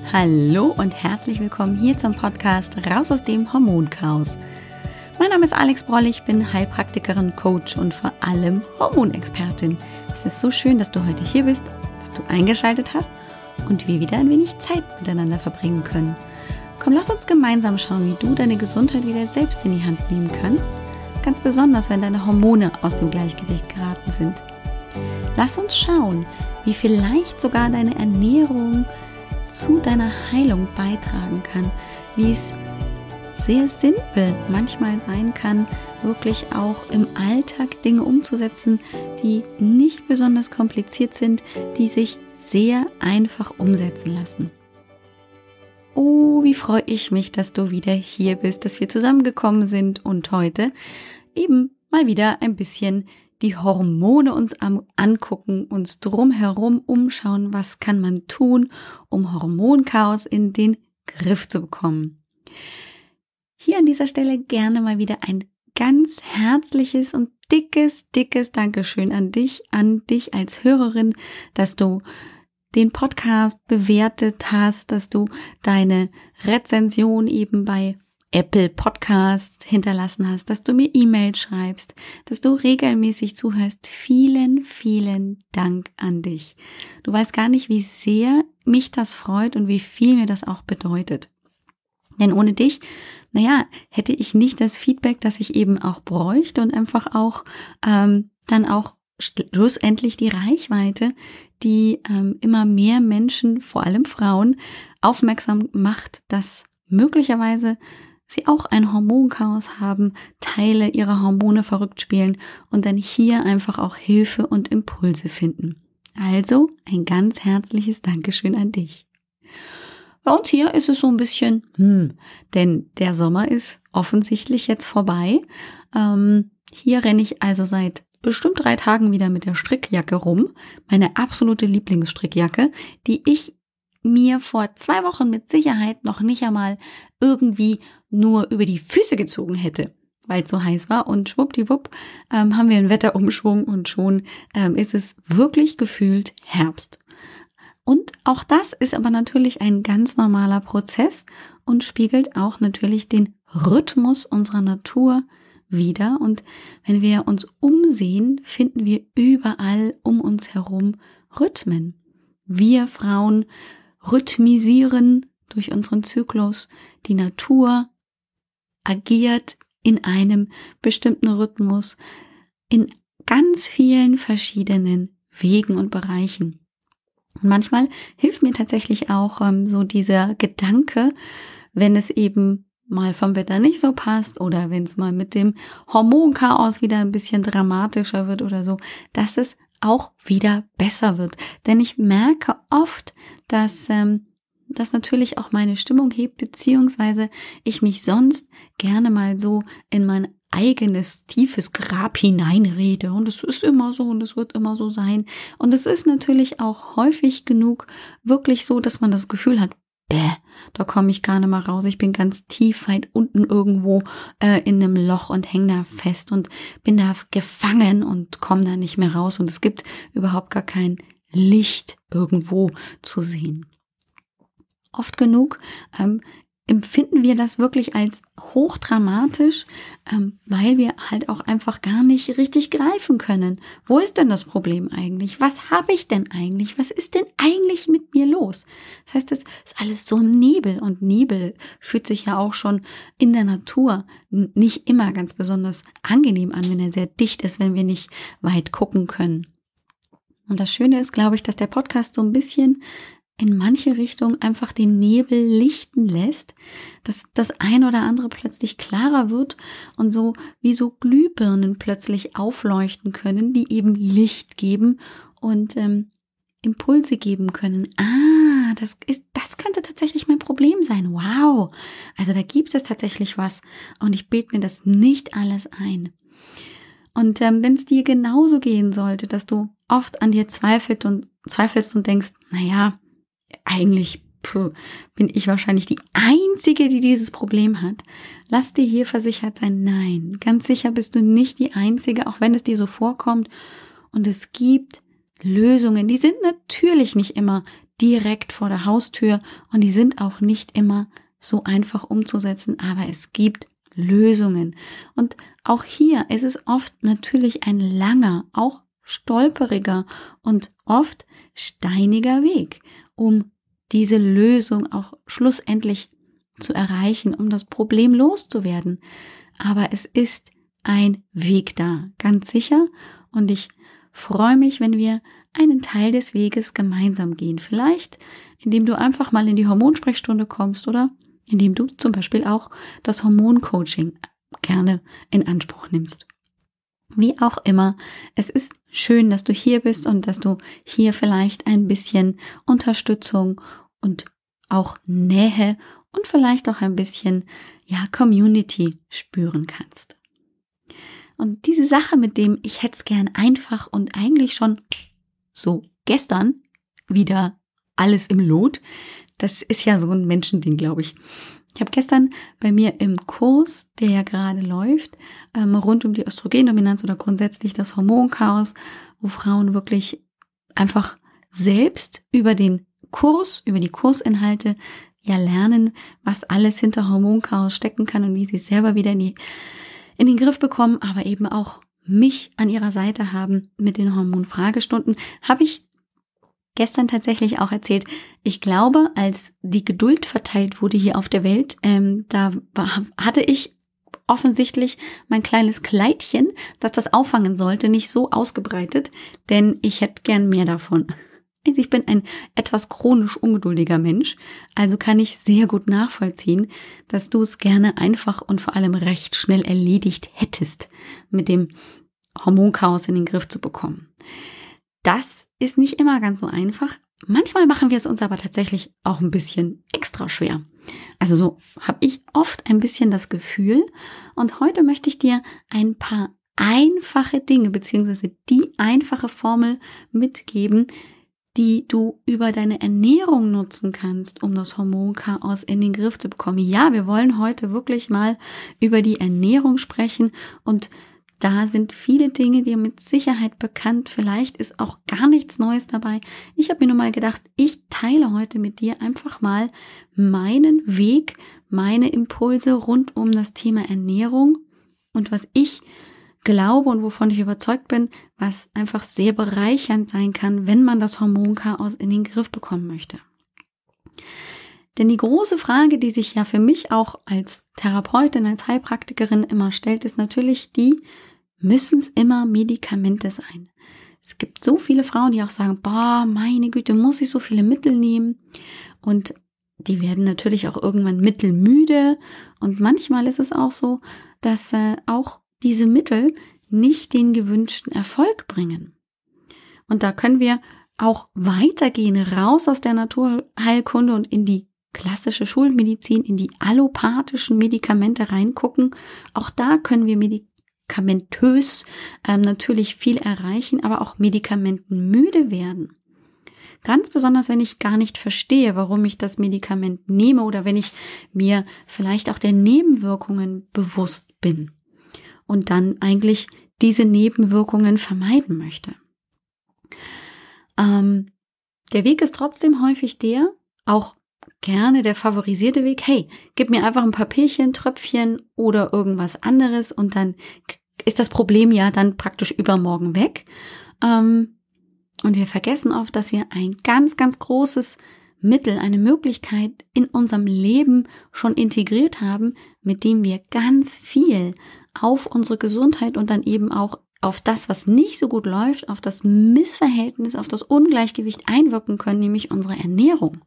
Hallo und herzlich willkommen hier zum Podcast Raus aus dem Hormonchaos. Mein Name ist Alex Broll, ich bin Heilpraktikerin, Coach und vor allem Hormonexpertin. Es ist so schön, dass du heute hier bist, dass du eingeschaltet hast und wir wieder ein wenig Zeit miteinander verbringen können. Komm, lass uns gemeinsam schauen, wie du deine Gesundheit wieder selbst in die Hand nehmen kannst. Ganz besonders, wenn deine Hormone aus dem Gleichgewicht geraten sind. Lass uns schauen, wie vielleicht sogar deine Ernährung zu deiner Heilung beitragen kann, wie es sehr simpel manchmal sein kann, wirklich auch im Alltag Dinge umzusetzen, die nicht besonders kompliziert sind, die sich sehr einfach umsetzen lassen. Oh, wie freue ich mich, dass du wieder hier bist, dass wir zusammengekommen sind und heute eben mal wieder ein bisschen die Hormone uns angucken, uns drumherum umschauen, was kann man tun, um Hormonchaos in den Griff zu bekommen. Hier an dieser Stelle gerne mal wieder ein ganz herzliches und dickes Dankeschön an dich als Hörerin, dass du den Podcast bewertet hast, dass du deine Rezension eben bei Apple Podcasts hinterlassen hast, dass du mir E-Mails schreibst, dass du regelmäßig zuhörst. Vielen, vielen Dank an dich. Du weißt gar nicht, wie sehr mich das freut und wie viel mir das auch bedeutet. Denn ohne dich, hätte ich nicht das Feedback, das ich eben auch bräuchte und einfach auch dann auch schlussendlich die Reichweite, die immer mehr Menschen, vor allem Frauen, aufmerksam macht, dass möglicherweise sie auch ein Hormonchaos haben, Teile ihrer Hormone verrückt spielen und dann hier einfach auch Hilfe und Impulse finden. Also ein ganz herzliches Dankeschön an dich. Bei uns hier ist es so ein bisschen, denn der Sommer ist offensichtlich jetzt vorbei. Hier renne ich also seit bestimmt 3 Tagen wieder mit der Strickjacke rum. Meine absolute Lieblingsstrickjacke, die ich mir vor 2 Wochen mit Sicherheit noch nicht einmal irgendwie nur über die Füße gezogen hätte, weil es so heiß war. Und schwuppdiwupp haben wir einen Wetterumschwung und schon ist es wirklich gefühlt Herbst. Und auch das ist aber natürlich ein ganz normaler Prozess und spiegelt auch natürlich den Rhythmus unserer Natur wider. Und wenn wir uns umsehen, finden wir überall um uns herum Rhythmen. Wir Frauen rhythmisieren durch unseren Zyklus. Die Natur agiert in einem bestimmten Rhythmus in ganz vielen verschiedenen Wegen und Bereichen. Und manchmal hilft mir tatsächlich auch so dieser Gedanke, wenn es eben mal vom Wetter nicht so passt oder wenn es mal mit dem Hormonchaos wieder ein bisschen dramatischer wird oder so, dass es auch wieder besser wird. Denn ich merke oft, dass das natürlich auch meine Stimmung hebt, beziehungsweise ich mich sonst gerne mal so in mein eigenes tiefes Grab hineinrede und es ist immer so und es wird immer so sein. Und es ist natürlich auch häufig genug wirklich so, dass man das Gefühl hat, da komme ich gar nicht mal raus. Ich bin ganz tief weit unten irgendwo in einem Loch und hänge da fest und bin da gefangen und komme da nicht mehr raus. Und es gibt überhaupt gar kein Licht irgendwo zu sehen. Oft genug empfinden wir das wirklich als hochdramatisch, weil wir halt auch einfach gar nicht richtig greifen können. Wo ist denn das Problem eigentlich? Was habe ich denn eigentlich? Was ist denn eigentlich mit mir los? Das heißt, das ist alles so ein Nebel und Nebel fühlt sich ja auch schon in der Natur nicht immer ganz besonders angenehm an, wenn er sehr dicht ist, wenn wir nicht weit gucken können. Und das Schöne ist, glaube ich, dass der Podcast so ein bisschen in manche Richtung einfach den Nebel lichten lässt, dass das ein oder andere plötzlich klarer wird und so wie so Glühbirnen plötzlich aufleuchten können, die eben Licht geben und Impulse geben können. Das könnte tatsächlich mein Problem sein. Wow, also da gibt es tatsächlich was und ich bilde mir das nicht alles ein. Und wenn es dir genauso gehen sollte, dass du oft an dir zweifelst und denkst, eigentlich bin ich wahrscheinlich die Einzige, die dieses Problem hat. Lass dir hier versichert sein, nein, ganz sicher bist du nicht die Einzige, auch wenn es dir so vorkommt. Und es gibt Lösungen, die sind natürlich nicht immer direkt vor der Haustür und die sind auch nicht immer so einfach umzusetzen, aber es gibt Lösungen. Und auch hier ist es oft natürlich ein langer, auch stolperiger und oft steiniger Weg, um diese Lösung auch schlussendlich zu erreichen, um das Problem loszuwerden. Aber es ist ein Weg da, ganz sicher. Und ich freue mich, wenn wir einen Teil des Weges gemeinsam gehen. Vielleicht, indem du einfach mal in die Hormonsprechstunde kommst oder indem du zum Beispiel auch das Hormoncoaching gerne in Anspruch nimmst. Wie auch immer, es ist schön, dass du hier bist und dass du hier vielleicht ein bisschen Unterstützung und auch Nähe und vielleicht auch ein bisschen, Community spüren kannst. Und diese Sache mit dem, ich hätte es gern einfach und eigentlich schon so gestern wieder alles im Lot, das ist ja so ein Menschending, glaube ich. Ich habe gestern bei mir im Kurs, der ja gerade läuft, rund um die Östrogendominanz oder grundsätzlich das Hormonchaos, wo Frauen wirklich einfach selbst über den Kurs, über die Kursinhalte lernen, was alles hinter Hormonchaos stecken kann und wie sie es selber wieder in den Griff bekommen, aber eben auch mich an ihrer Seite haben mit den Hormonfragestunden, habe ich gestern tatsächlich auch erzählt. Ich glaube, als die Geduld verteilt wurde hier auf der Welt, hatte ich offensichtlich mein kleines Kleidchen, das das auffangen sollte, nicht so ausgebreitet, denn ich hätte gern mehr davon. Ich bin ein etwas chronisch ungeduldiger Mensch, also kann ich sehr gut nachvollziehen, dass du es gerne einfach und vor allem recht schnell erledigt hättest, mit dem Hormonchaos in den Griff zu bekommen. Das ist nicht immer ganz so einfach. Manchmal machen wir es uns aber tatsächlich auch ein bisschen extra schwer. Also so habe ich oft ein bisschen das Gefühl. Und heute möchte ich dir ein paar einfache Dinge beziehungsweise die einfache Formel mitgeben, die du über deine Ernährung nutzen kannst, um das Hormonchaos in den Griff zu bekommen. Ja, wir wollen heute wirklich mal über die Ernährung sprechen und da sind viele Dinge dir mit Sicherheit bekannt. Vielleicht ist auch gar nichts Neues dabei. Ich habe mir nur mal gedacht, ich teile heute mit dir einfach mal meinen Weg, meine Impulse rund um das Thema Ernährung und was ich glaube und wovon ich überzeugt bin, was einfach sehr bereichernd sein kann, wenn man das Hormonchaos in den Griff bekommen möchte. Denn die große Frage, die sich ja für mich auch als Therapeutin, als Heilpraktikerin immer stellt, ist natürlich die, müssen es immer Medikamente sein? Es gibt so viele Frauen, die auch sagen, meine Güte, muss ich so viele Mittel nehmen? Und die werden natürlich auch irgendwann mittelmüde. Und manchmal ist es auch so, dass auch diese Mittel nicht den gewünschten Erfolg bringen. Und da können wir auch weitergehen, raus aus der Naturheilkunde und in die klassische Schulmedizin, in die allopathischen Medikamente reingucken. Auch da können wir medikamentös natürlich viel erreichen, aber auch medikamentenmüde werden. Ganz besonders, wenn ich gar nicht verstehe, warum ich das Medikament nehme oder wenn ich mir vielleicht auch der Nebenwirkungen bewusst bin und dann eigentlich diese Nebenwirkungen vermeiden möchte. Der Weg ist trotzdem häufig auch gerne der favorisierte Weg, hey, gib mir einfach ein paar Pillchen, Tröpfchen oder irgendwas anderes und dann ist das Problem ja dann praktisch übermorgen weg. Und wir vergessen oft, dass wir ein ganz, ganz großes Mittel, eine Möglichkeit in unserem Leben schon integriert haben, mit dem wir ganz viel auf unsere Gesundheit und dann eben auch auf das, was nicht so gut läuft, auf das Missverhältnis, auf das Ungleichgewicht einwirken können, nämlich unsere Ernährung.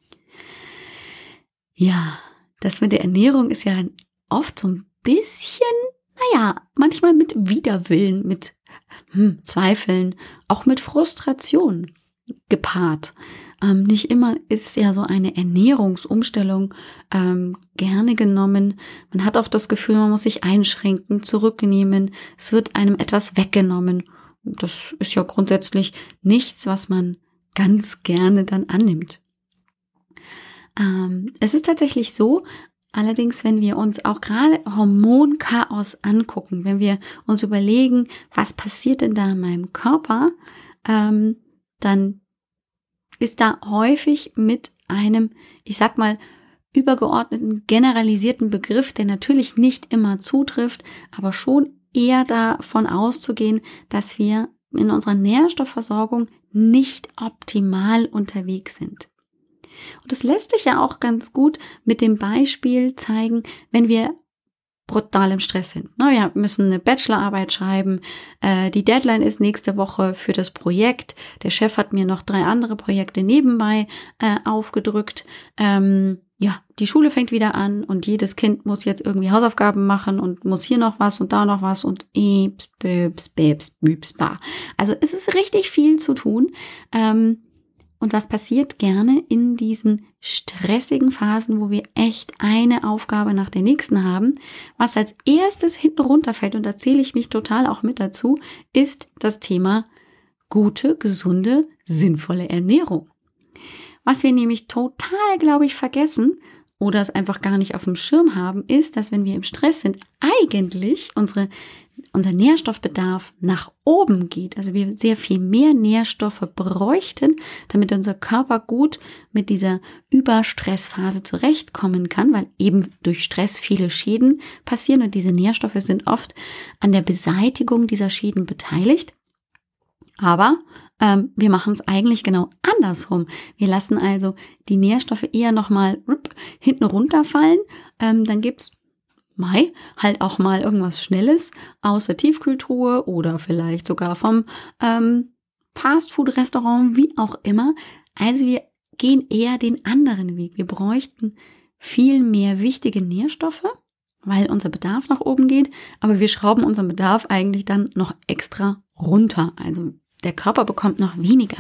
Ja, das mit der Ernährung ist ja oft so ein bisschen, manchmal mit Widerwillen, mit Zweifeln, auch mit Frustration gepaart. Nicht immer ist ja so eine Ernährungsumstellung gerne genommen. Man hat auch das Gefühl, man muss sich einschränken, zurücknehmen. Es wird einem etwas weggenommen. Das ist ja grundsätzlich nichts, was man ganz gerne dann annimmt. Es ist tatsächlich so, allerdings, wenn wir uns auch gerade Hormonchaos angucken, wenn wir uns überlegen, was passiert denn da in meinem Körper, dann ist da häufig mit einem, ich sag mal, übergeordneten, generalisierten Begriff, der natürlich nicht immer zutrifft, aber schon eher davon auszugehen, dass wir in unserer Nährstoffversorgung nicht optimal unterwegs sind. Und das lässt sich ja auch ganz gut mit dem Beispiel zeigen, wenn wir brutal im Stress sind. Wir müssen eine Bachelorarbeit schreiben, die Deadline ist nächste Woche für das Projekt, der Chef hat mir noch 3 andere Projekte nebenbei aufgedrückt, die Schule fängt wieder an und jedes Kind muss jetzt irgendwie Hausaufgaben machen und muss hier noch was und da noch was und bübs, bar. Also es ist richtig viel zu tun. Und was passiert gerne in diesen stressigen Phasen, wo wir echt eine Aufgabe nach der nächsten haben? Was als erstes hinten runterfällt, und da zähle ich mich total auch mit dazu, ist das Thema gute, gesunde, sinnvolle Ernährung. Was wir nämlich total, glaube ich, vergessen oder es einfach gar nicht auf dem Schirm haben, ist, dass wenn wir im Stress sind, eigentlich unser Nährstoffbedarf nach oben geht. Also wir sehr viel mehr Nährstoffe bräuchten, damit unser Körper gut mit dieser Überstressphase zurechtkommen kann, weil eben durch Stress viele Schäden passieren und diese Nährstoffe sind oft an der Beseitigung dieser Schäden beteiligt. Aber wir machen es eigentlich genau andersrum. Wir lassen also die Nährstoffe eher nochmal hinten runterfallen. Dann gibt's halt auch mal irgendwas Schnelles aus der Tiefkühltruhe oder vielleicht sogar vom Fastfood-Restaurant, wie auch immer. Also wir gehen eher den anderen Weg. Wir bräuchten viel mehr wichtige Nährstoffe, weil unser Bedarf nach oben geht, aber wir schrauben unseren Bedarf eigentlich dann noch extra runter. Also der Körper bekommt noch weniger.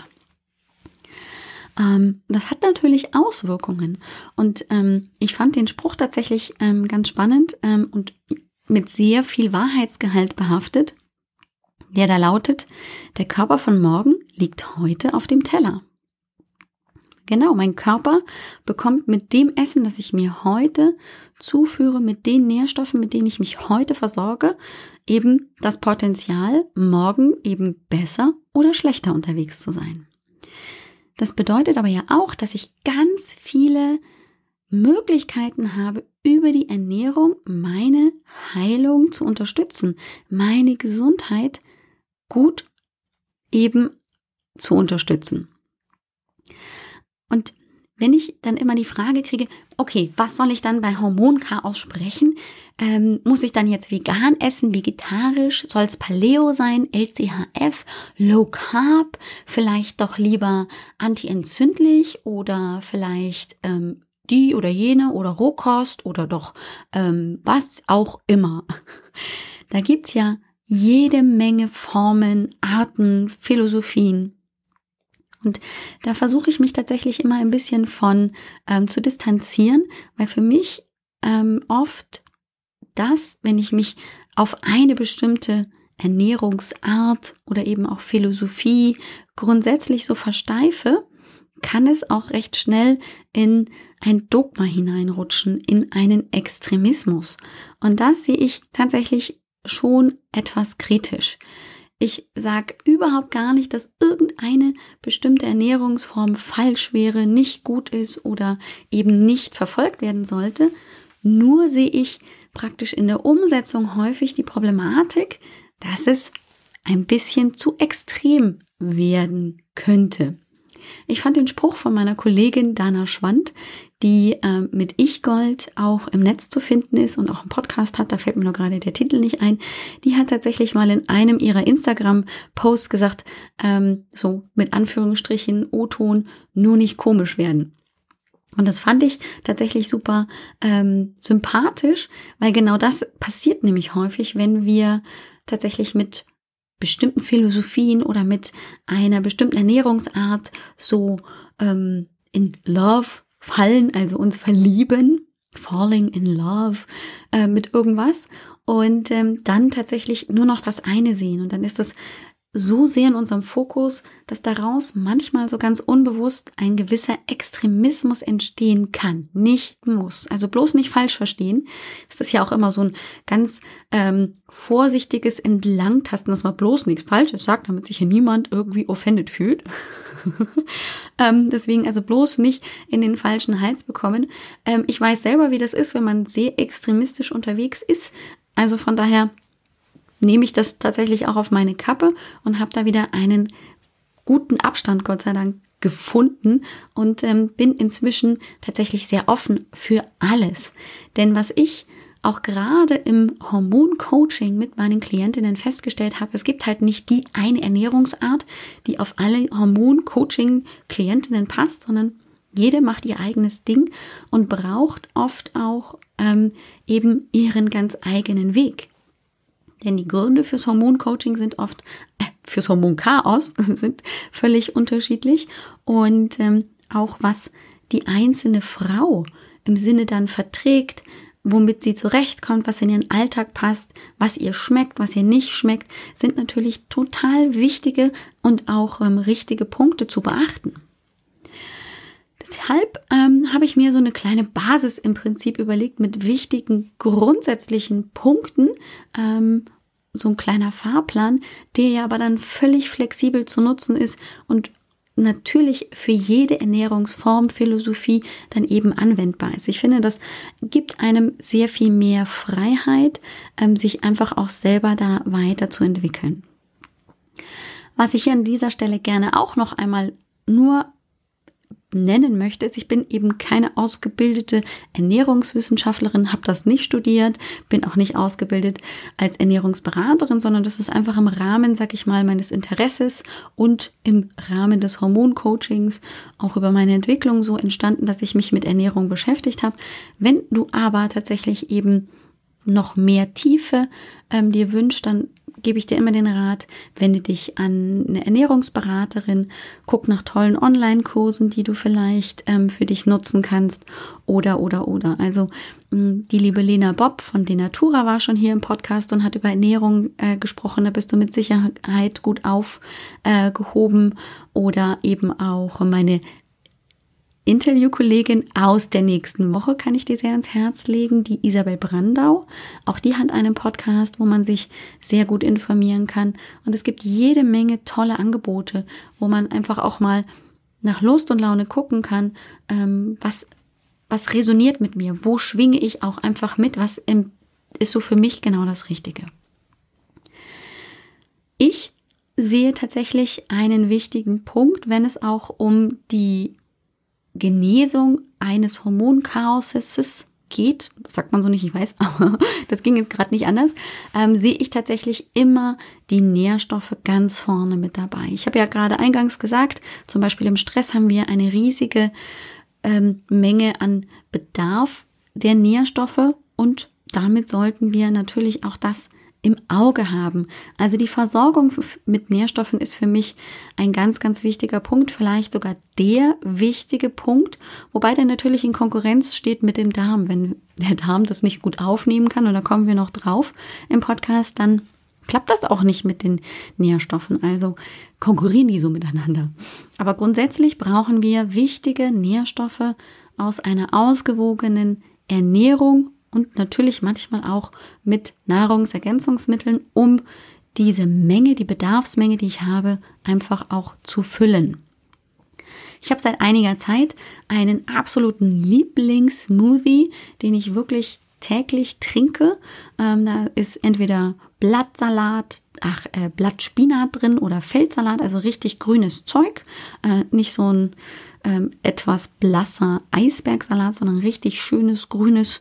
Das hat natürlich Auswirkungen und ich fand den Spruch tatsächlich ganz spannend und mit sehr viel Wahrheitsgehalt behaftet, der da lautet: Der Körper von morgen liegt heute auf dem Teller. Genau, mein Körper bekommt mit dem Essen, das ich mir heute zuführe, mit den Nährstoffen, mit denen ich mich heute versorge, eben das Potenzial, morgen eben besser oder schlechter unterwegs zu sein. Das bedeutet aber ja auch, dass ich ganz viele Möglichkeiten habe, über die Ernährung meine Heilung zu unterstützen, meine Gesundheit gut eben zu unterstützen. Und wenn ich dann immer die Frage kriege, okay, was soll ich dann bei Hormonchaos sprechen? Muss ich dann jetzt vegan essen, vegetarisch? Soll es Paleo sein, LCHF, Low Carb? Vielleicht doch lieber antientzündlich oder vielleicht die oder jene oder Rohkost oder doch was auch immer. Da gibt's ja jede Menge Formen, Arten, Philosophien. Und da versuche ich mich tatsächlich immer ein bisschen von zu distanzieren, weil für mich oft das, wenn ich mich auf eine bestimmte Ernährungsart oder eben auch Philosophie grundsätzlich so versteife, kann es auch recht schnell in ein Dogma hineinrutschen, in einen Extremismus. Und das sehe ich tatsächlich schon etwas kritisch. Ich sage überhaupt gar nicht, dass irgendeine bestimmte Ernährungsform falsch wäre, nicht gut ist oder eben nicht verfolgt werden sollte. Nur sehe ich praktisch in der Umsetzung häufig die Problematik, dass es ein bisschen zu extrem werden könnte. Ich fand den Spruch von meiner Kollegin Dana Schwand, die mit Ich-Gold auch im Netz zu finden ist und auch einen Podcast hat, da fällt mir nur gerade der Titel nicht ein, die hat tatsächlich mal in einem ihrer Instagram-Posts gesagt, so mit Anführungsstrichen, O-Ton, nur nicht komisch werden. Und das fand ich tatsächlich super sympathisch, weil genau das passiert nämlich häufig, wenn wir tatsächlich mit bestimmten Philosophien oder mit einer bestimmten Ernährungsart so in Love fallen, also uns verlieben, falling in love mit irgendwas und dann tatsächlich nur noch das eine sehen. Und dann ist das so sehr in unserem Fokus, dass daraus manchmal so ganz unbewusst ein gewisser Extremismus entstehen kann. Nicht muss. Also bloß nicht falsch verstehen. Es ist ja auch immer so ein ganz vorsichtiges Entlangtasten, dass man bloß nichts Falsches sagt, damit sich hier niemand irgendwie offended fühlt. Deswegen also bloß nicht in den falschen Hals bekommen. Ich weiß selber, wie das ist, wenn man sehr extremistisch unterwegs ist. Also von daher nehme ich das tatsächlich auch auf meine Kappe und habe da wieder einen guten Abstand, Gott sei Dank, gefunden und bin inzwischen tatsächlich sehr offen für alles. Denn was ich auch gerade im Hormoncoaching mit meinen Klientinnen festgestellt habe, es gibt halt nicht die eine Ernährungsart, die auf alle Hormoncoaching-Klientinnen passt, sondern jede macht ihr eigenes Ding und braucht oft auch eben ihren ganz eigenen Weg. Denn die Gründe fürs Hormoncoaching sind oft, fürs Hormonchaos sind völlig unterschiedlich. Und auch was die einzelne Frau im Sinne dann verträgt, womit sie zurechtkommt, was in ihren Alltag passt, was ihr schmeckt, was ihr nicht schmeckt, sind natürlich total wichtige und auch richtige Punkte zu beachten. Deshalb habe ich mir so eine kleine Basis im Prinzip überlegt mit wichtigen grundsätzlichen Punkten, so ein kleiner Fahrplan, der ja aber dann völlig flexibel zu nutzen ist und natürlich für jede Ernährungsform, Philosophie dann eben anwendbar ist. Ich finde, das gibt einem sehr viel mehr Freiheit, sich einfach auch selber da weiterzuentwickeln. Was ich hier an dieser Stelle gerne auch noch einmal nur nennen möchte, ist, ich bin eben keine ausgebildete Ernährungswissenschaftlerin, habe das nicht studiert, bin auch nicht ausgebildet als Ernährungsberaterin, sondern das ist einfach im Rahmen, sag ich mal, meines Interesses und im Rahmen des Hormoncoachings auch über meine Entwicklung so entstanden, dass ich mich mit Ernährung beschäftigt habe. Wenn du aber tatsächlich eben noch mehr Tiefe dir wünschst, dann gebe ich dir immer den Rat, wende dich an eine Ernährungsberaterin, guck nach tollen Online-Kursen, die du vielleicht für dich nutzen kannst oder. Also die liebe Lena Bob von Denatura war schon hier im Podcast und hat über Ernährung gesprochen, da bist du mit Sicherheit gut aufgehoben oder eben auch meine Interviewkollegin aus der nächsten Woche kann ich dir sehr ans Herz legen, die Isabel Brandau. Auch die hat einen Podcast, wo man sich sehr gut informieren kann. Und es gibt jede Menge tolle Angebote, wo man einfach auch mal nach Lust und Laune gucken kann, was resoniert mit mir, wo schwinge ich auch einfach mit, was ist so für mich genau das Richtige. Ich sehe tatsächlich einen wichtigen Punkt, wenn es auch um die Genesung eines Hormonchaoses geht, das sagt man so nicht, ich weiß, aber das ging jetzt gerade nicht anders, sehe ich tatsächlich immer die Nährstoffe ganz vorne mit dabei. Ich habe ja gerade eingangs gesagt, zum Beispiel im Stress haben wir eine riesige Menge an Bedarf der Nährstoffe und damit sollten wir natürlich auch das im Auge haben. Also die Versorgung mit Nährstoffen ist für mich ein ganz, ganz wichtiger Punkt, vielleicht sogar der wichtige Punkt, wobei der natürlich in Konkurrenz steht mit dem Darm. Wenn der Darm das nicht gut aufnehmen kann, und da kommen wir noch drauf im Podcast, dann klappt das auch nicht mit den Nährstoffen. Also konkurrieren die so miteinander. Aber grundsätzlich brauchen wir wichtige Nährstoffe aus einer ausgewogenen Ernährung und natürlich manchmal auch mit Nahrungsergänzungsmitteln, um diese Menge, die Bedarfsmenge, die ich habe, einfach auch zu füllen. Ich habe seit einiger Zeit einen absoluten Lieblings-Smoothie, den ich wirklich täglich trinke. Da ist entweder Blattsalat, Blattspinat drin oder Feldsalat, also richtig grünes Zeug, nicht so ein etwas blasser Eisbergsalat, sondern richtig schönes grünes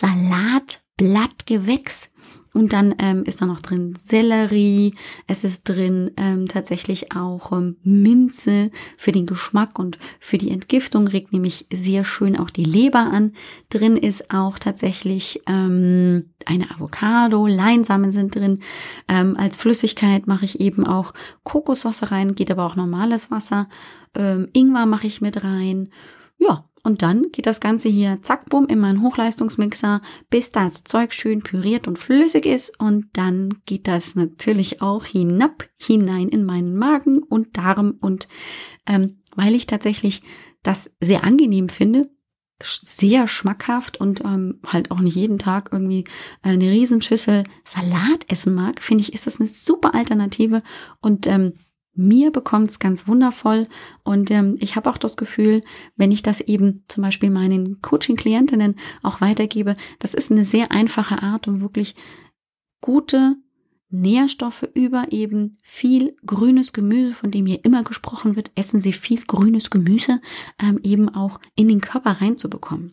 Salatblattgewächs. Und dann ist da noch drin Sellerie, es ist drin tatsächlich auch Minze für den Geschmack und für die Entgiftung, regt nämlich sehr schön auch die Leber an. Drin ist auch tatsächlich eine Avocado, Leinsamen sind drin. Als Flüssigkeit mache ich eben auch Kokoswasser rein, geht aber auch normales Wasser. Ingwer mache ich mit rein. Ja. Und dann geht das Ganze hier zack, bumm, in meinen Hochleistungsmixer, bis das Zeug schön püriert und flüssig ist. Und dann geht das natürlich auch hinein in meinen Magen und Darm. Und weil ich tatsächlich das sehr angenehm finde, sehr schmackhaft und halt auch nicht jeden Tag irgendwie eine Riesenschüssel Salat essen mag, finde ich, ist das eine super Alternative und mir bekommt es ganz wundervoll und ich habe auch das Gefühl, wenn ich das eben zum Beispiel meinen Coaching-Klientinnen auch weitergebe, das ist eine sehr einfache Art, um wirklich gute Nährstoffe über eben viel grünes Gemüse, von dem hier immer gesprochen wird, essen Sie viel grünes Gemüse, eben auch in den Körper reinzubekommen.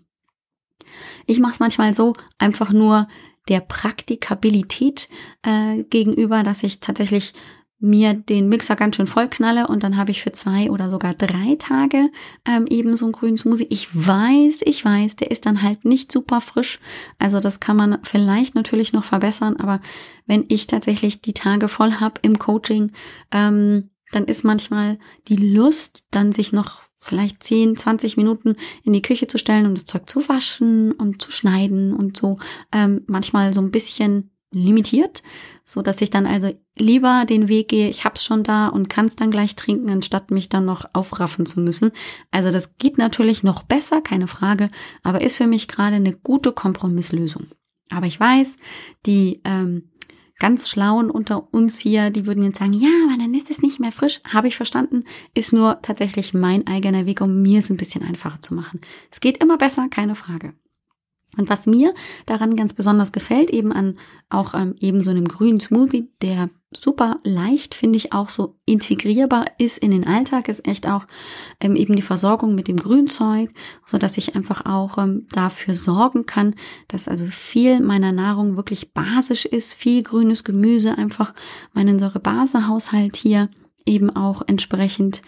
Ich mache es manchmal so, einfach nur der Praktikabilität gegenüber, dass ich tatsächlich mir den Mixer ganz schön voll knalle und dann habe ich für 2 oder sogar 3 Tage eben so einen grünen Smoothie. Ich weiß, der ist dann halt nicht super frisch. Also das kann man vielleicht natürlich noch verbessern, aber wenn ich tatsächlich die Tage voll habe im Coaching, dann ist manchmal die Lust, dann sich noch vielleicht 10, 20 Minuten in die Küche zu stellen, um das Zeug zu waschen und zu schneiden und so, manchmal so ein bisschen limitiert, so dass ich dann also lieber den Weg gehe, ich hab's schon da und kann es dann gleich trinken, anstatt mich dann noch aufraffen zu müssen. Also das geht natürlich noch besser, keine Frage, aber ist für mich gerade eine gute Kompromisslösung. Aber ich weiß, die ganz Schlauen unter uns hier, die würden jetzt sagen, ja, aber dann ist es nicht mehr frisch. Habe ich verstanden, ist nur tatsächlich mein eigener Weg, um mir es ein bisschen einfacher zu machen. Es geht immer besser, keine Frage. Und was mir daran ganz besonders gefällt, eben an auch eben so einem grünen Smoothie, der super leicht, finde ich, auch so integrierbar ist in den Alltag, ist echt auch eben die Versorgung mit dem Grünzeug, so dass ich einfach auch dafür sorgen kann, dass also viel meiner Nahrung wirklich basisch ist, viel grünes Gemüse, einfach meinen Säure-Base-Haushalt hier eben auch entsprechend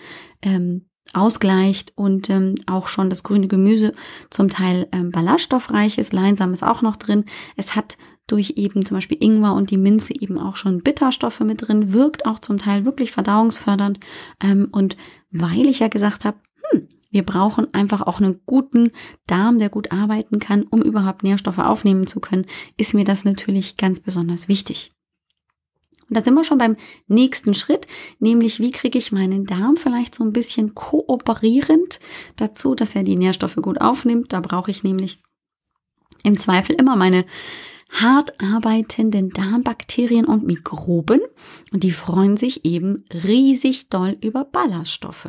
ausgleicht und auch schon das grüne Gemüse zum Teil ballaststoffreich ist. Leinsam ist auch noch drin. Es hat durch eben zum Beispiel Ingwer und die Minze eben auch schon Bitterstoffe mit drin, wirkt auch zum Teil wirklich verdauungsfördernd. Und weil ich ja gesagt habe, wir brauchen einfach auch einen guten Darm, der gut arbeiten kann, um überhaupt Nährstoffe aufnehmen zu können, ist mir das natürlich ganz besonders wichtig. Und da sind wir schon beim nächsten Schritt, nämlich wie kriege ich meinen Darm vielleicht so ein bisschen kooperierend dazu, dass er die Nährstoffe gut aufnimmt. Da brauche ich nämlich im Zweifel immer meine hart arbeitenden Darmbakterien und Mikroben und die freuen sich eben riesig doll über Ballaststoffe.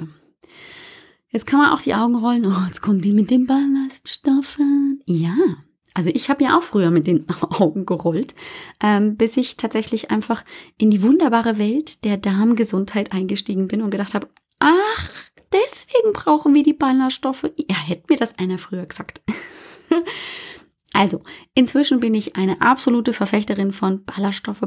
Jetzt kann man auch die Augen rollen, oh, jetzt kommen die mit den Ballaststoffen. Ja. Also ich habe ja auch früher mit den Augen gerollt, bis ich tatsächlich einfach in die wunderbare Welt der Darmgesundheit eingestiegen bin und gedacht habe, ach, deswegen brauchen wir die Ballaststoffe. Ja, hätte mir das einer früher gesagt. Also, inzwischen bin ich eine absolute Verfechterin von Ballaststoffe,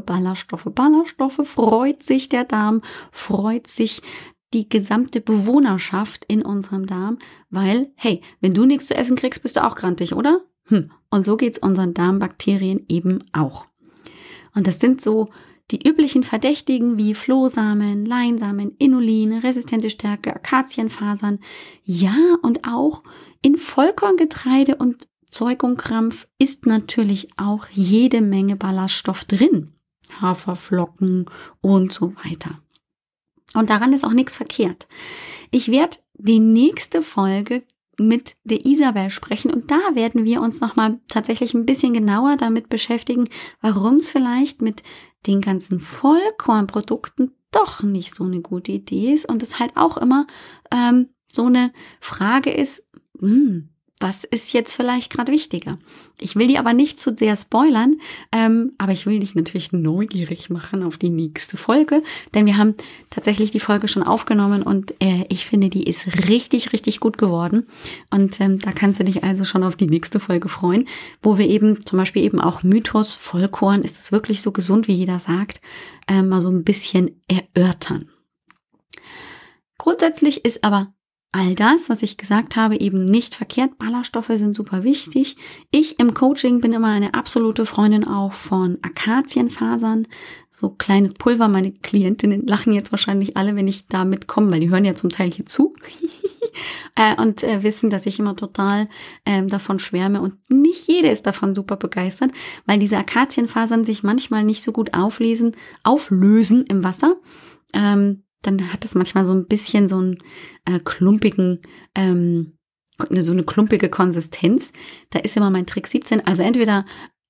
freut sich der Darm, freut sich die gesamte Bewohnerschaft in unserem Darm, weil, hey, wenn du nichts zu essen kriegst, bist du auch grantig, oder? Und so geht's unseren Darmbakterien eben auch. Und das sind so die üblichen Verdächtigen wie Flohsamen, Leinsamen, Inulin, resistente Stärke, Akazienfasern. Ja, und auch in Vollkorngetreide und Zeugungkrampf ist natürlich auch jede Menge Ballaststoff drin. Haferflocken und so weiter. Und daran ist auch nichts verkehrt. Ich werde die nächste Folge mit der Isabel sprechen und da werden wir uns nochmal tatsächlich ein bisschen genauer damit beschäftigen, warum es vielleicht mit den ganzen Vollkornprodukten doch nicht so eine gute Idee ist und es halt auch immer so eine Frage ist, was ist jetzt vielleicht gerade wichtiger? Ich will die aber nicht zu sehr spoilern, aber ich will dich natürlich neugierig machen auf die nächste Folge, denn wir haben tatsächlich die Folge schon aufgenommen und ich finde, die ist richtig, richtig gut geworden und da kannst du dich also schon auf die nächste Folge freuen, wo wir eben zum Beispiel eben auch Mythos, Vollkorn, ist es wirklich so gesund, wie jeder sagt, mal so ein bisschen erörtern. Grundsätzlich ist aber all das, was ich gesagt habe, eben nicht verkehrt. Ballaststoffe sind super wichtig. Ich im Coaching bin immer eine absolute Freundin auch von Akazienfasern. So kleines Pulver. Meine Klientinnen lachen jetzt wahrscheinlich alle, wenn ich da mitkomme, weil die hören ja zum Teil hier zu. Und wissen, dass ich immer total davon schwärme. Und nicht jede ist davon super begeistert, weil diese Akazienfasern sich manchmal nicht so gut auflösen im Wasser. Dann hat es manchmal so ein bisschen so einen klumpigen, so eine klumpige Konsistenz. Da ist immer mein Trick 17. Also entweder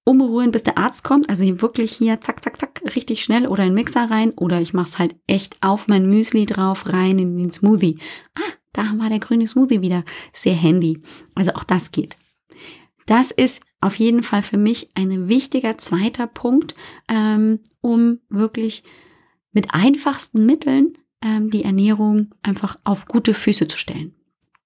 umrühren, bis der Arzt kommt. Also hier wirklich hier zack, zack, zack, richtig schnell oder in den Mixer rein. Oder ich mache es halt echt auf mein Müsli drauf, rein in den Smoothie. Da war der grüne Smoothie wieder. Sehr handy. Also auch das geht. Das ist auf jeden Fall für mich ein wichtiger zweiter Punkt, um wirklich mit einfachsten Mitteln die Ernährung einfach auf gute Füße zu stellen.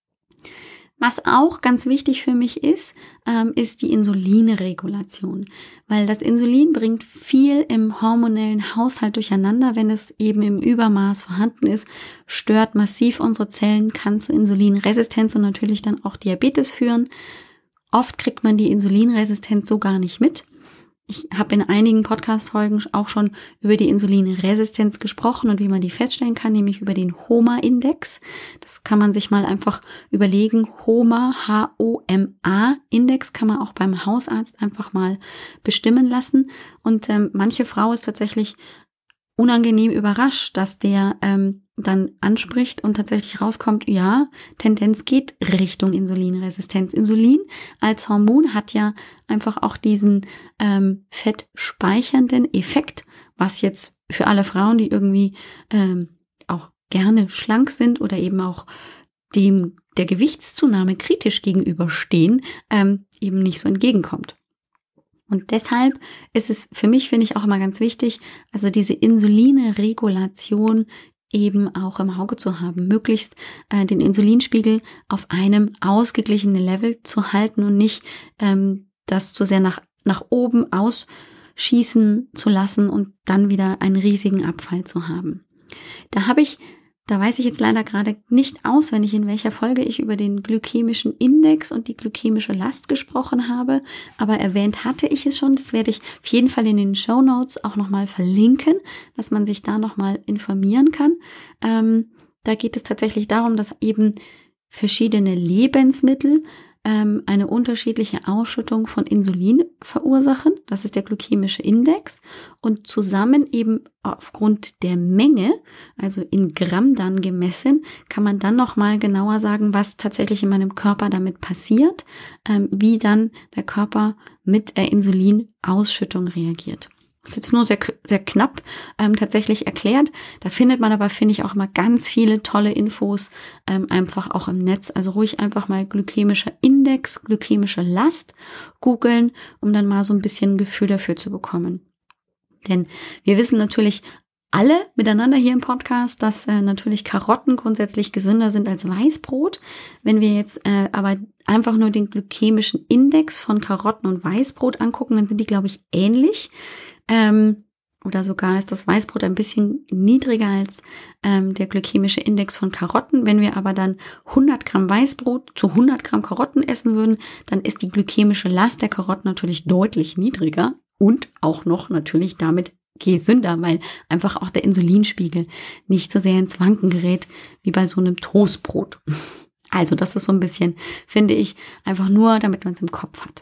Was auch ganz wichtig für mich ist die Insulinregulation, weil das Insulin bringt viel im hormonellen Haushalt durcheinander, wenn es eben im Übermaß vorhanden ist, stört massiv unsere Zellen, kann zu Insulinresistenz und natürlich dann auch Diabetes führen. Oft kriegt man die Insulinresistenz so gar nicht mit. Ich habe in einigen Podcast-Folgen auch schon über die Insulinresistenz gesprochen und wie man die feststellen kann, nämlich über den HOMA-Index. Das kann man sich mal einfach überlegen. HOMA, H-O-M-A-Index kann man auch beim Hausarzt einfach mal bestimmen lassen. Und manche Frau ist tatsächlich unangenehm überrascht, dass der dann anspricht und tatsächlich rauskommt, ja, Tendenz geht Richtung Insulinresistenz. Insulin als Hormon hat ja einfach auch diesen fettspeichernden Effekt, was jetzt für alle Frauen, die irgendwie auch gerne schlank sind oder eben auch der Gewichtszunahme kritisch gegenüberstehen, eben nicht so entgegenkommt. Und deshalb ist es für mich, finde ich, auch immer ganz wichtig, also diese Insulinregulation eben auch im Auge zu haben, möglichst den Insulinspiegel auf einem ausgeglichenen Level zu halten und nicht das zu sehr nach oben ausschießen zu lassen und dann wieder einen riesigen Abfall zu haben. Da weiß ich jetzt leider gerade nicht auswendig, in welcher Folge ich über den glykämischen Index und die glykämische Last gesprochen habe, aber erwähnt hatte ich es schon. Das werde ich auf jeden Fall in den Shownotes auch nochmal verlinken, dass man sich da nochmal informieren kann. Da geht es tatsächlich darum, dass eben verschiedene Lebensmittel eine unterschiedliche Ausschüttung von Insulin verursachen. Das ist der glykämische Index. Und zusammen eben aufgrund der Menge, also in Gramm dann gemessen, kann man dann nochmal genauer sagen, was tatsächlich in meinem Körper damit passiert, wie dann der Körper mit der Insulinausschüttung reagiert. Das ist jetzt nur sehr, sehr knapp tatsächlich erklärt. Da findet man aber, finde ich, auch immer ganz viele tolle Infos einfach auch im Netz. Also ruhig einfach mal glykämischer Index, glykämische Last googeln, um dann mal so ein bisschen ein Gefühl dafür zu bekommen. Denn wir wissen natürlich alle miteinander hier im Podcast, dass natürlich Karotten grundsätzlich gesünder sind als Weißbrot. Wenn wir jetzt aber einfach nur den glykämischen Index von Karotten und Weißbrot angucken, dann sind die, glaube ich, ähnlich. Oder sogar ist das Weißbrot ein bisschen niedriger als der glykämische Index von Karotten. Wenn wir aber dann 100 Gramm Weißbrot zu 100 Gramm Karotten essen würden, dann ist die glykämische Last der Karotten natürlich deutlich niedriger und auch noch natürlich damit gesünder, weil einfach auch der Insulinspiegel nicht so sehr ins Wanken gerät wie bei so einem Toastbrot. Also das ist so ein bisschen, finde ich, einfach nur, damit man es im Kopf hat.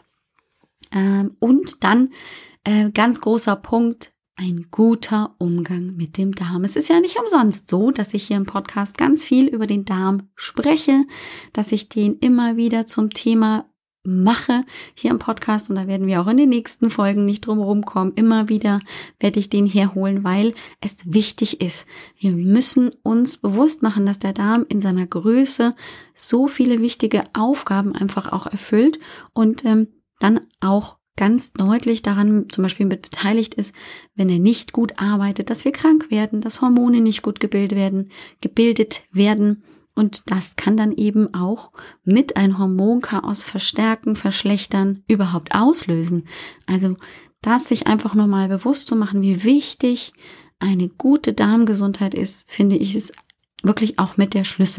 Und dann ganz großer Punkt, ein guter Umgang mit dem Darm. Es ist ja nicht umsonst so, dass ich hier im Podcast ganz viel über den Darm spreche, dass ich den immer wieder zum Thema mache hier im Podcast und da werden wir auch in den nächsten Folgen nicht drum herum kommen. Immer wieder werde ich den herholen, weil es wichtig ist. Wir müssen uns bewusst machen, dass der Darm in seiner Größe so viele wichtige Aufgaben einfach auch erfüllt und dann auch ganz deutlich daran zum Beispiel mit beteiligt ist, wenn er nicht gut arbeitet, dass wir krank werden, dass Hormone nicht gut gebildet werden. Und das kann dann eben auch mit ein Hormonchaos verstärken, verschlechtern, überhaupt auslösen. Also das sich einfach nur mal bewusst zu machen, wie wichtig eine gute Darmgesundheit ist, finde ich, ist wirklich auch mit der Schlüssel.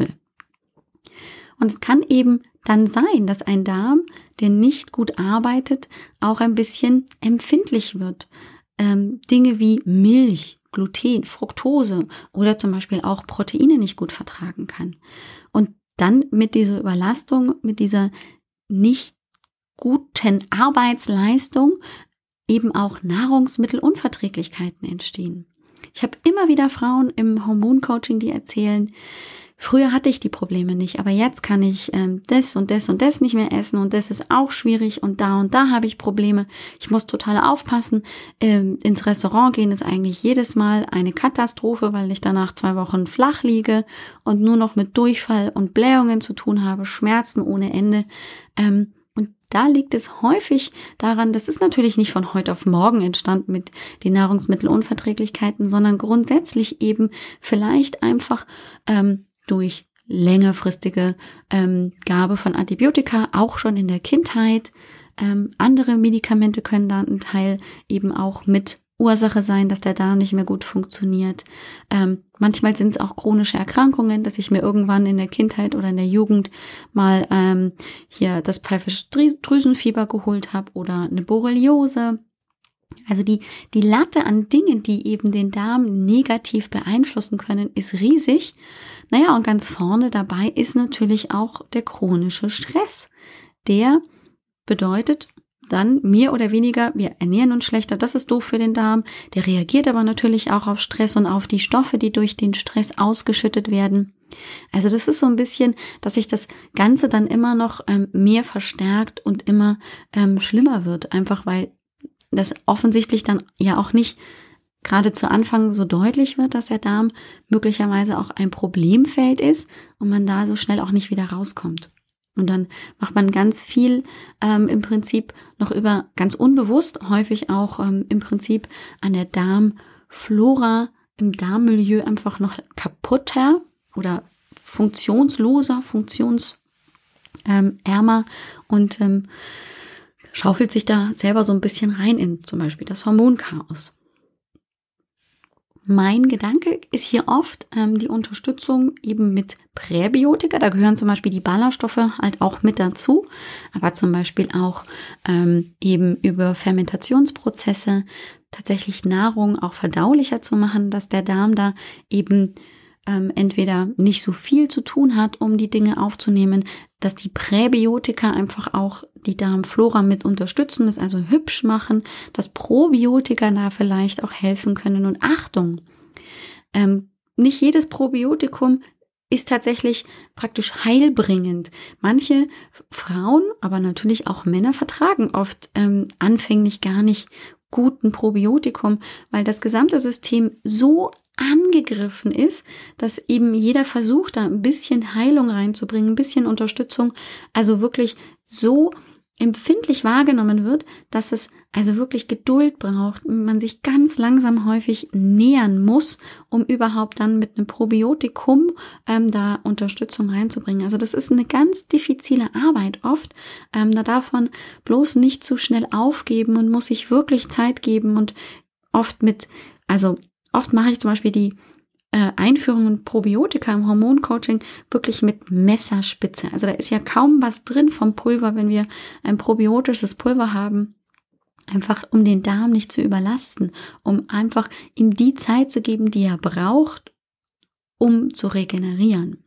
Und es kann eben dann sein, dass ein Darm, der nicht gut arbeitet, auch ein bisschen empfindlich wird. Dinge wie Milch, Gluten, Fructose oder zum Beispiel auch Proteine nicht gut vertragen kann. Und dann mit dieser Überlastung, mit dieser nicht guten Arbeitsleistung eben auch Nahrungsmittelunverträglichkeiten entstehen. Ich habe immer wieder Frauen im Hormoncoaching, die erzählen, früher hatte ich die Probleme nicht, aber jetzt kann ich das und das und das nicht mehr essen und das ist auch schwierig und da habe ich Probleme. Ich muss total aufpassen. Ins Restaurant gehen ist eigentlich jedes Mal eine Katastrophe, weil ich danach 2 Wochen flach liege und nur noch mit Durchfall und Blähungen zu tun habe, Schmerzen ohne Ende. Und da liegt es häufig daran, das ist natürlich nicht von heute auf morgen entstanden mit den Nahrungsmittelunverträglichkeiten, sondern grundsätzlich eben vielleicht einfach durch längerfristige Gabe von Antibiotika, auch schon in der Kindheit. Andere Medikamente können da ein Teil eben auch mit Ursache sein, dass der Darm nicht mehr gut funktioniert. Manchmal sind es auch chronische Erkrankungen, dass ich mir irgendwann in der Kindheit oder in der Jugend mal hier das pfeifische Drüsenfieber geholt habe oder eine Borreliose. Also die Latte an Dingen, die eben den Darm negativ beeinflussen können, ist riesig. Naja, und ganz vorne dabei ist natürlich auch der chronische Stress. Der bedeutet dann mehr oder weniger, wir ernähren uns schlechter, das ist doof für den Darm. Der reagiert aber natürlich auch auf Stress und auf die Stoffe, die durch den Stress ausgeschüttet werden. Also das ist so ein bisschen, dass sich das Ganze dann immer noch mehr verstärkt und immer schlimmer wird, einfach weil das offensichtlich dann ja auch nicht gerade zu Anfang so deutlich wird, dass der Darm möglicherweise auch ein Problemfeld ist und man da so schnell auch nicht wieder rauskommt. Und dann macht man ganz viel im Prinzip noch über, ganz unbewusst, häufig auch im Prinzip an der Darmflora, im Darmmilieu einfach noch kaputter oder funktionsloser, funktionsärmer und schaufelt sich da selber so ein bisschen rein in zum Beispiel das Hormonchaos. Mein Gedanke ist hier oft die Unterstützung eben mit Präbiotika. Da gehören zum Beispiel die Ballaststoffe halt auch mit dazu, aber zum Beispiel auch eben über Fermentationsprozesse tatsächlich Nahrung auch verdaulicher zu machen, dass der Darm da eben entweder nicht so viel zu tun hat, um die Dinge aufzunehmen, dass die Präbiotika einfach auch die Darmflora mit unterstützen, das also hübsch machen, dass Probiotika da vielleicht auch helfen können. Und Achtung, nicht jedes Probiotikum ist tatsächlich praktisch heilbringend. Manche Frauen, aber natürlich auch Männer vertragen oft anfänglich gar nicht guten Probiotikum, weil das gesamte System so angegriffen ist, dass eben jeder versucht, da ein bisschen Heilung reinzubringen, ein bisschen Unterstützung, also wirklich so empfindlich wahrgenommen wird, dass es also wirklich Geduld braucht, man sich ganz langsam häufig nähern muss, um überhaupt dann mit einem Probiotikum da Unterstützung reinzubringen. Also das ist eine ganz diffizile Arbeit oft. Da darf man bloß nicht zu schnell aufgeben und muss sich wirklich Zeit geben und oft mache ich zum Beispiel die Einführung in Probiotika im Hormoncoaching wirklich mit Messerspitze. Also da ist ja kaum was drin vom Pulver, wenn wir ein probiotisches Pulver haben. Einfach um den Darm nicht zu überlasten, um einfach ihm die Zeit zu geben, die er braucht, um zu regenerieren.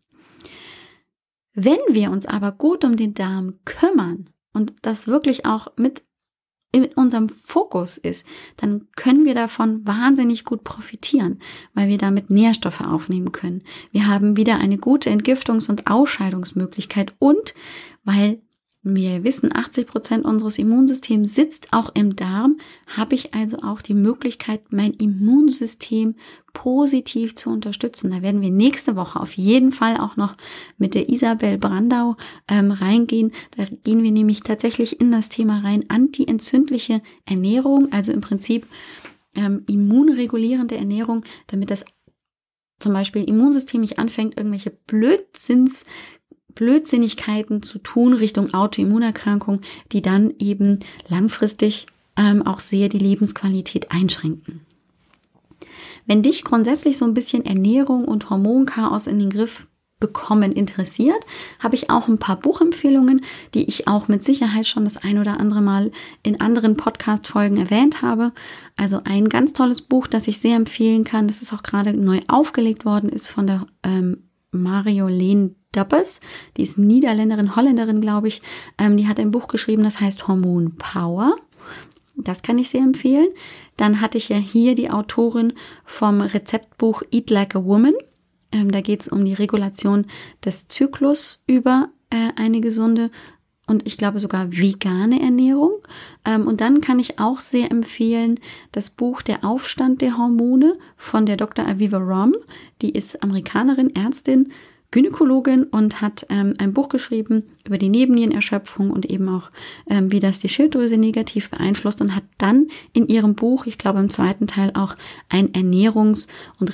Wenn wir uns aber gut um den Darm kümmern und das wirklich auch mit in unserem Fokus ist, dann können wir davon wahnsinnig gut profitieren, weil wir damit Nährstoffe aufnehmen können. Wir haben wieder eine gute Entgiftungs- und Ausscheidungsmöglichkeit und weil wir wissen, 80% unseres Immunsystems sitzt auch im Darm, habe ich also auch die Möglichkeit, mein Immunsystem positiv zu unterstützen. Da werden wir nächste Woche auf jeden Fall auch noch mit der Isabel Brandau reingehen. Da gehen wir nämlich tatsächlich in das Thema rein, antientzündliche Ernährung, also im Prinzip immunregulierende Ernährung, damit das zum Beispiel Immunsystem nicht anfängt, irgendwelche Blödsinnigkeiten zu tun Richtung Autoimmunerkrankung, die dann eben langfristig auch sehr die Lebensqualität einschränken. Wenn dich grundsätzlich so ein bisschen Ernährung und Hormonchaos in den Griff bekommen interessiert, habe ich auch ein paar Buchempfehlungen, die ich auch mit Sicherheit schon das ein oder andere Mal in anderen Podcast-Folgen erwähnt habe. Also ein ganz tolles Buch, das ich sehr empfehlen kann, das ist auch gerade neu aufgelegt worden, ist von der Marjolein Dubbes, die ist Niederländerin, Holländerin, glaube ich. Die hat ein Buch geschrieben, das heißt Hormon Power. Das kann ich sehr empfehlen. Dann hatte ich ja hier die Autorin vom Rezeptbuch Eat Like a Woman. Da geht es um die Regulation des Zyklus über eine gesunde und ich glaube sogar vegane Ernährung. Und dann kann ich auch sehr empfehlen das Buch Der Aufstand der Hormone von der Dr. Aviva Romm. Die ist Amerikanerin, Ärztin, Gynäkologin und hat ein Buch geschrieben über die Nebennierenerschöpfung und eben auch, wie das die Schilddrüse negativ beeinflusst und hat dann in ihrem Buch, ich glaube im zweiten Teil auch ein Ernährungs- und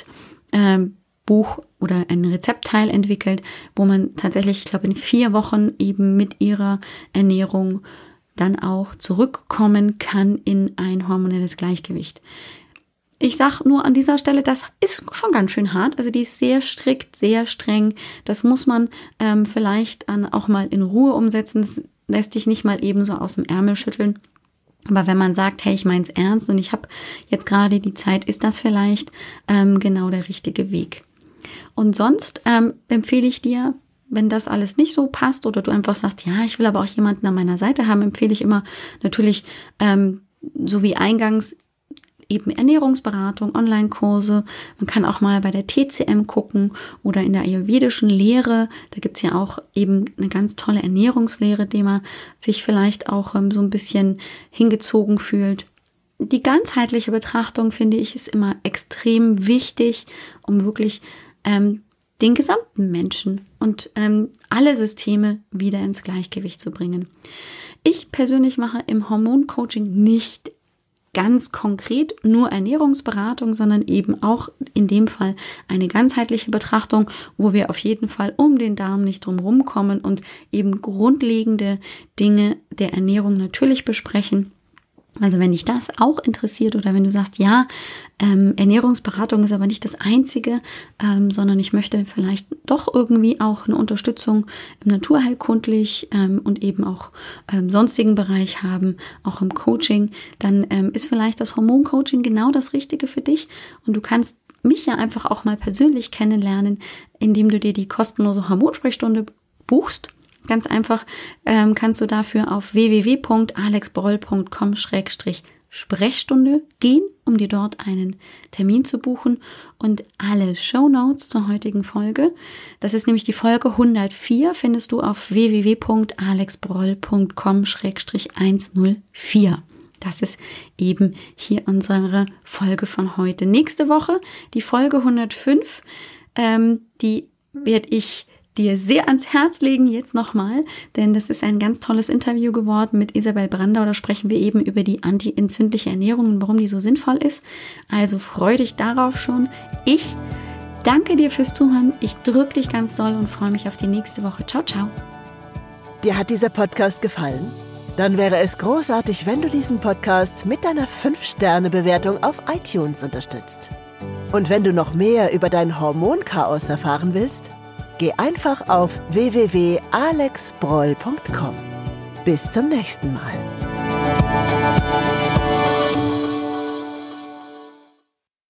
Rezeptbuch oder ein Rezeptteil entwickelt, wo man tatsächlich, ich glaube, in 4 Wochen eben mit ihrer Ernährung dann auch zurückkommen kann in ein hormonelles Gleichgewicht. Ich sage nur an dieser Stelle, das ist schon ganz schön hart. Also die ist sehr strikt, sehr streng. Das muss man vielleicht auch mal in Ruhe umsetzen. Das lässt sich nicht mal eben so aus dem Ärmel schütteln. Aber wenn man sagt, hey, ich mein's ernst und ich habe jetzt gerade die Zeit, ist das vielleicht genau der richtige Weg. Und sonst empfehle ich dir, wenn das alles nicht so passt oder du einfach sagst, ja, ich will aber auch jemanden an meiner Seite haben, empfehle ich immer natürlich, so wie eingangs, eben Ernährungsberatung, Online-Kurse. Man kann auch mal bei der TCM gucken oder in der ayurvedischen Lehre. Da gibt's ja auch eben eine ganz tolle Ernährungslehre, die man sich vielleicht auch so ein bisschen hingezogen fühlt. Die ganzheitliche Betrachtung, finde ich, ist immer extrem wichtig, um wirklich den gesamten Menschen und alle Systeme wieder ins Gleichgewicht zu bringen. Ich persönlich mache im Hormoncoaching nicht ganz konkret nur Ernährungsberatung, sondern eben auch in dem Fall eine ganzheitliche Betrachtung, wo wir auf jeden Fall um den Darm nicht drum rumkommen und eben grundlegende Dinge der Ernährung natürlich besprechen. Also wenn dich das auch interessiert oder wenn du sagst, ja, Ernährungsberatung ist aber nicht das Einzige, sondern ich möchte vielleicht doch irgendwie auch eine Unterstützung im naturheilkundlich und eben auch sonstigen Bereich haben, auch im Coaching, dann ist vielleicht das Hormoncoaching genau das Richtige für dich und du kannst mich ja einfach auch mal persönlich kennenlernen, indem du dir die kostenlose Hormonsprechstunde buchst. Ganz einfach kannst du dafür auf www.alexbroll.com/Sprechstunde gehen, um dir dort einen Termin zu buchen und alle Shownotes zur heutigen Folge, das ist nämlich die Folge 104, findest du auf www.alexbroll.com/104. Das ist eben hier unsere Folge von heute. Nächste Woche, die Folge 105, die werde ich dir sehr ans Herz legen jetzt nochmal, denn das ist ein ganz tolles Interview geworden mit Isabel Brandau. Da sprechen wir eben über die anti-entzündliche Ernährung und warum die so sinnvoll ist. Also freu dich darauf schon. Ich danke dir fürs Zuhören. Ich drücke dich ganz doll und freue mich auf die nächste Woche. Ciao, ciao. Dir hat dieser Podcast gefallen? Dann wäre es großartig, wenn du diesen Podcast mit deiner 5-Sterne-Bewertung auf iTunes unterstützt. Und wenn du noch mehr über dein Hormonchaos erfahren willst, geh einfach auf www.alexbroll.com. Bis zum nächsten Mal.